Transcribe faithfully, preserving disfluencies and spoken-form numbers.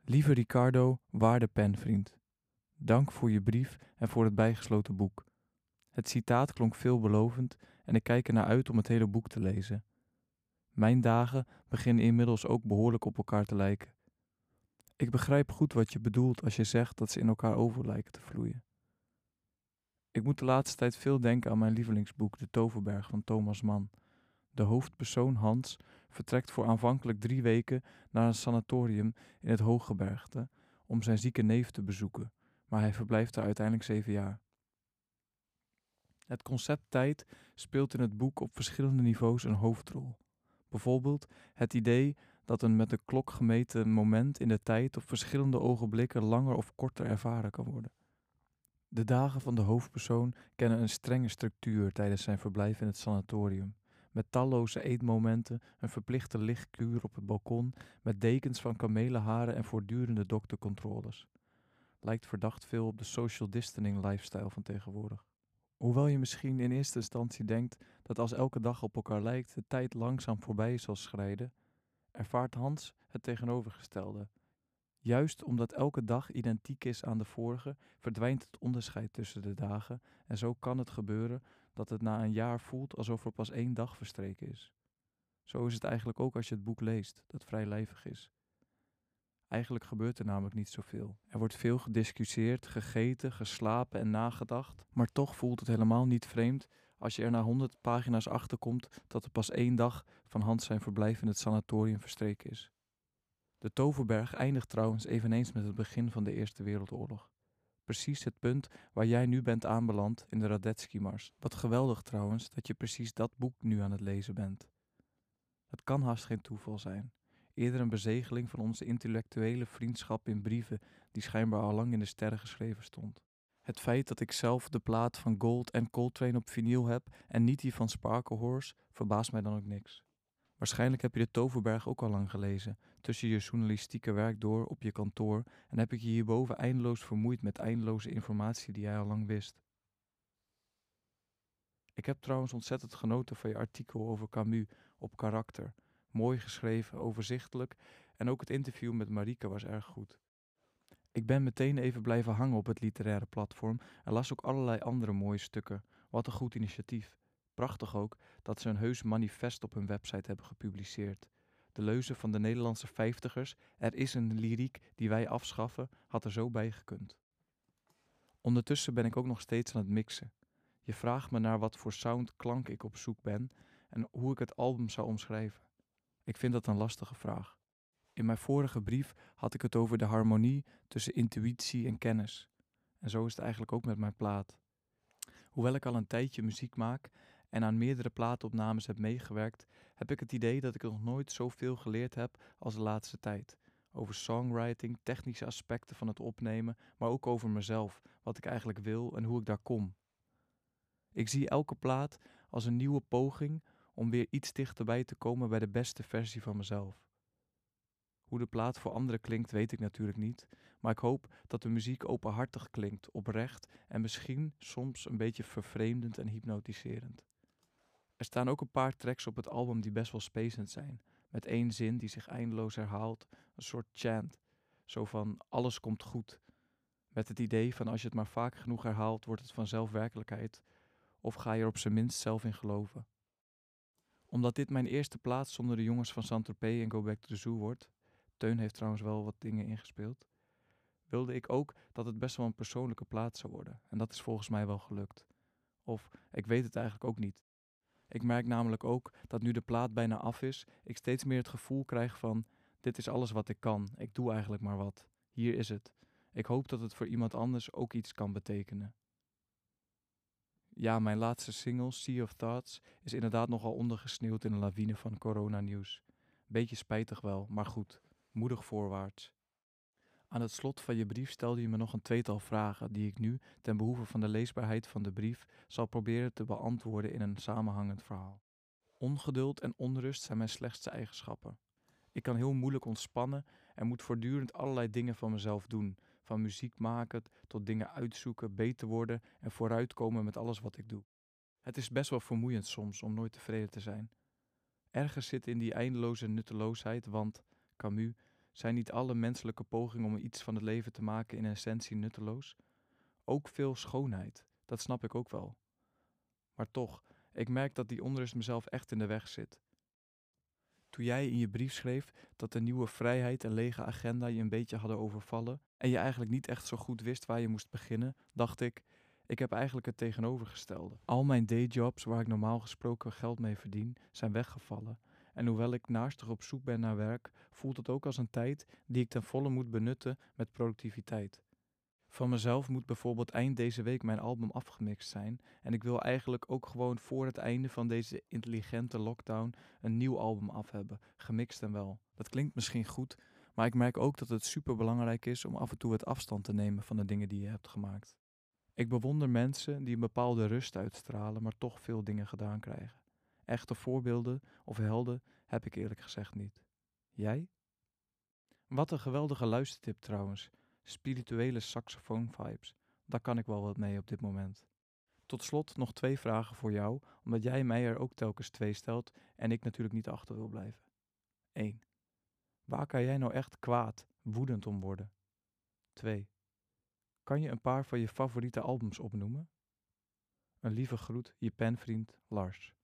Lieve Ricardo, waarde penvriend. Dank voor je brief en voor het bijgesloten boek. Het citaat klonk veelbelovend en ik kijk ernaar uit om het hele boek te lezen. Mijn dagen beginnen inmiddels ook behoorlijk op elkaar te lijken. Ik begrijp goed wat je bedoelt als je zegt dat ze in elkaar over lijken te vloeien. Ik moet de laatste tijd veel denken aan mijn lievelingsboek De Toverberg van Thomas Mann. De hoofdpersoon Hans vertrekt voor aanvankelijk drie weken naar een sanatorium in het Hooggebergte om zijn zieke neef te bezoeken, maar hij verblijft daar uiteindelijk zeven jaar. Het concept tijd speelt in het boek op verschillende niveaus een hoofdrol. Bijvoorbeeld het idee dat een met de klok gemeten moment in de tijd op verschillende ogenblikken langer of korter ervaren kan worden. De dagen van de hoofdpersoon kennen een strenge structuur tijdens zijn verblijf in het sanatorium. Met talloze eetmomenten, een verplichte lichtkuur op het balkon, met dekens van kamelenharen en voortdurende doktercontroles. Lijkt verdacht veel op de social distancing lifestyle van tegenwoordig. Hoewel je misschien in eerste instantie denkt dat als elke dag op elkaar lijkt de tijd langzaam voorbij zal schrijden, ervaart Hans het tegenovergestelde. Juist omdat elke dag identiek is aan de vorige, verdwijnt het onderscheid tussen de dagen en zo kan het gebeuren dat het na een jaar voelt alsof er pas één dag verstreken is. Zo is het eigenlijk ook als je het boek leest, dat vrijlijvig is. Eigenlijk gebeurt er namelijk niet zoveel. Er wordt veel gediscussieerd, gegeten, geslapen en nagedacht, maar toch voelt het helemaal niet vreemd als je er na honderd pagina's achter komt dat er pas één dag van Hans zijn verblijf in het sanatorium verstreken is. De Toverberg eindigt trouwens eveneens met het begin van de Eerste Wereldoorlog. Precies het punt waar jij nu bent aanbeland in de Radetzky-mars. Wat geweldig trouwens dat je precies dat boek nu aan het lezen bent. Het kan haast geen toeval zijn. Eerder een bezegeling van onze intellectuele vriendschap in brieven die schijnbaar al lang in de sterren geschreven stond. Het feit dat ik zelf de plaat van Gold en Coltrane op vinyl heb en niet die van Sparkle Horse verbaast mij dan ook niks. Waarschijnlijk heb je de Toverberg ook al lang gelezen, tussen je journalistieke werk door op je kantoor en heb ik je hierboven eindeloos vermoeid met eindeloze informatie die jij al lang wist. Ik heb trouwens ontzettend genoten van je artikel over Camus op karakter. Mooi geschreven, overzichtelijk en ook het interview met Marieke was erg goed. Ik ben meteen even blijven hangen op het literaire platform en las ook allerlei andere mooie stukken. Wat een goed initiatief. Prachtig ook dat ze een heus manifest op hun website hebben gepubliceerd. De leuze van de Nederlandse vijftigers, er is een lyriek die wij afschaffen, had er zo bij gekund. Ondertussen ben ik ook nog steeds aan het mixen. Je vraagt me naar wat voor soundklank ik op zoek ben en hoe ik het album zou omschrijven. Ik vind dat een lastige vraag. In mijn vorige brief had ik het over de harmonie tussen intuïtie en kennis. En zo is het eigenlijk ook met mijn plaat. Hoewel ik al een tijdje muziek maak en aan meerdere plaatopnames heb meegewerkt, heb ik het idee dat ik nog nooit zoveel geleerd heb als de laatste tijd. Over songwriting, technische aspecten van het opnemen, maar ook over mezelf, wat ik eigenlijk wil en hoe ik daar kom. Ik zie elke plaat als een nieuwe poging om weer iets dichterbij te komen bij de beste versie van mezelf. Hoe de plaat voor anderen klinkt weet ik natuurlijk niet, maar ik hoop dat de muziek openhartig klinkt, oprecht en misschien soms een beetje vervreemdend en hypnotiserend. Er staan ook een paar tracks op het album die best wel spacend zijn, met één zin die zich eindeloos herhaalt, een soort chant, zo van alles komt goed, met het idee van als je het maar vaak genoeg herhaalt wordt het vanzelf werkelijkheid, of ga je er op zijn minst zelf in geloven. Omdat dit mijn eerste plaat zonder de jongens van Saint-Tropez en Go Back to the Zoo wordt, Teun heeft trouwens wel wat dingen ingespeeld, wilde ik ook dat het best wel een persoonlijke plaat zou worden. En dat is volgens mij wel gelukt. Of, ik weet het eigenlijk ook niet. Ik merk namelijk ook dat nu de plaat bijna af is, ik steeds meer het gevoel krijg van, dit is alles wat ik kan, ik doe eigenlijk maar wat. Hier is het. Ik hoop dat het voor iemand anders ook iets kan betekenen. Ja, mijn laatste single, Sea of Thoughts, is inderdaad nogal ondergesneeuwd in een lawine van coronanieuws. Beetje spijtig wel, maar goed. Moedig voorwaarts. Aan het slot van je brief stelde je me nog een tweetal vragen die ik nu, ten behoeve van de leesbaarheid van de brief, zal proberen te beantwoorden in een samenhangend verhaal. Ongeduld en onrust zijn mijn slechtste eigenschappen. Ik kan heel moeilijk ontspannen en moet voortdurend allerlei dingen van mezelf doen, van muziek maken tot dingen uitzoeken, beter worden en vooruitkomen met alles wat ik doe. Het is best wel vermoeiend soms om nooit tevreden te zijn. Ergens zit in die eindeloze nutteloosheid, want, Camus, Zijn niet alle menselijke pogingen om iets van het leven te maken in essentie nutteloos? Ook veel schoonheid, dat snap ik ook wel. Maar toch, ik merk dat die onrust mezelf echt in de weg zit. Toen jij in je brief schreef dat de nieuwe vrijheid en lege agenda je een beetje hadden overvallen en je eigenlijk niet echt zo goed wist waar je moest beginnen, dacht ik, ik heb eigenlijk het tegenovergestelde. Al mijn dayjobs waar ik normaal gesproken geld mee verdien, zijn weggevallen. En hoewel ik naastig op zoek ben naar werk, voelt het ook als een tijd die ik ten volle moet benutten met productiviteit. Van mezelf moet bijvoorbeeld eind deze week mijn album afgemixt zijn en ik wil eigenlijk ook gewoon voor het einde van deze intelligente lockdown een nieuw album af hebben, gemixt en wel. Dat klinkt misschien goed, maar ik merk ook dat het super belangrijk is om af en toe het afstand te nemen van de dingen die je hebt gemaakt. Ik bewonder mensen die een bepaalde rust uitstralen, maar toch veel dingen gedaan krijgen. Echte voorbeelden of helden heb ik eerlijk gezegd niet. Jij? Wat een geweldige luistertip trouwens. Spirituele saxofoon vibes. Daar kan ik wel wat mee op dit moment. Tot slot nog twee vragen voor jou, omdat jij mij er ook telkens twee stelt en ik natuurlijk niet achter wil blijven. één. Waar kan jij nou echt kwaad, woedend om worden? twee. Kan je een paar van je favoriete albums opnoemen? Een lieve groet, je penvriend Lars.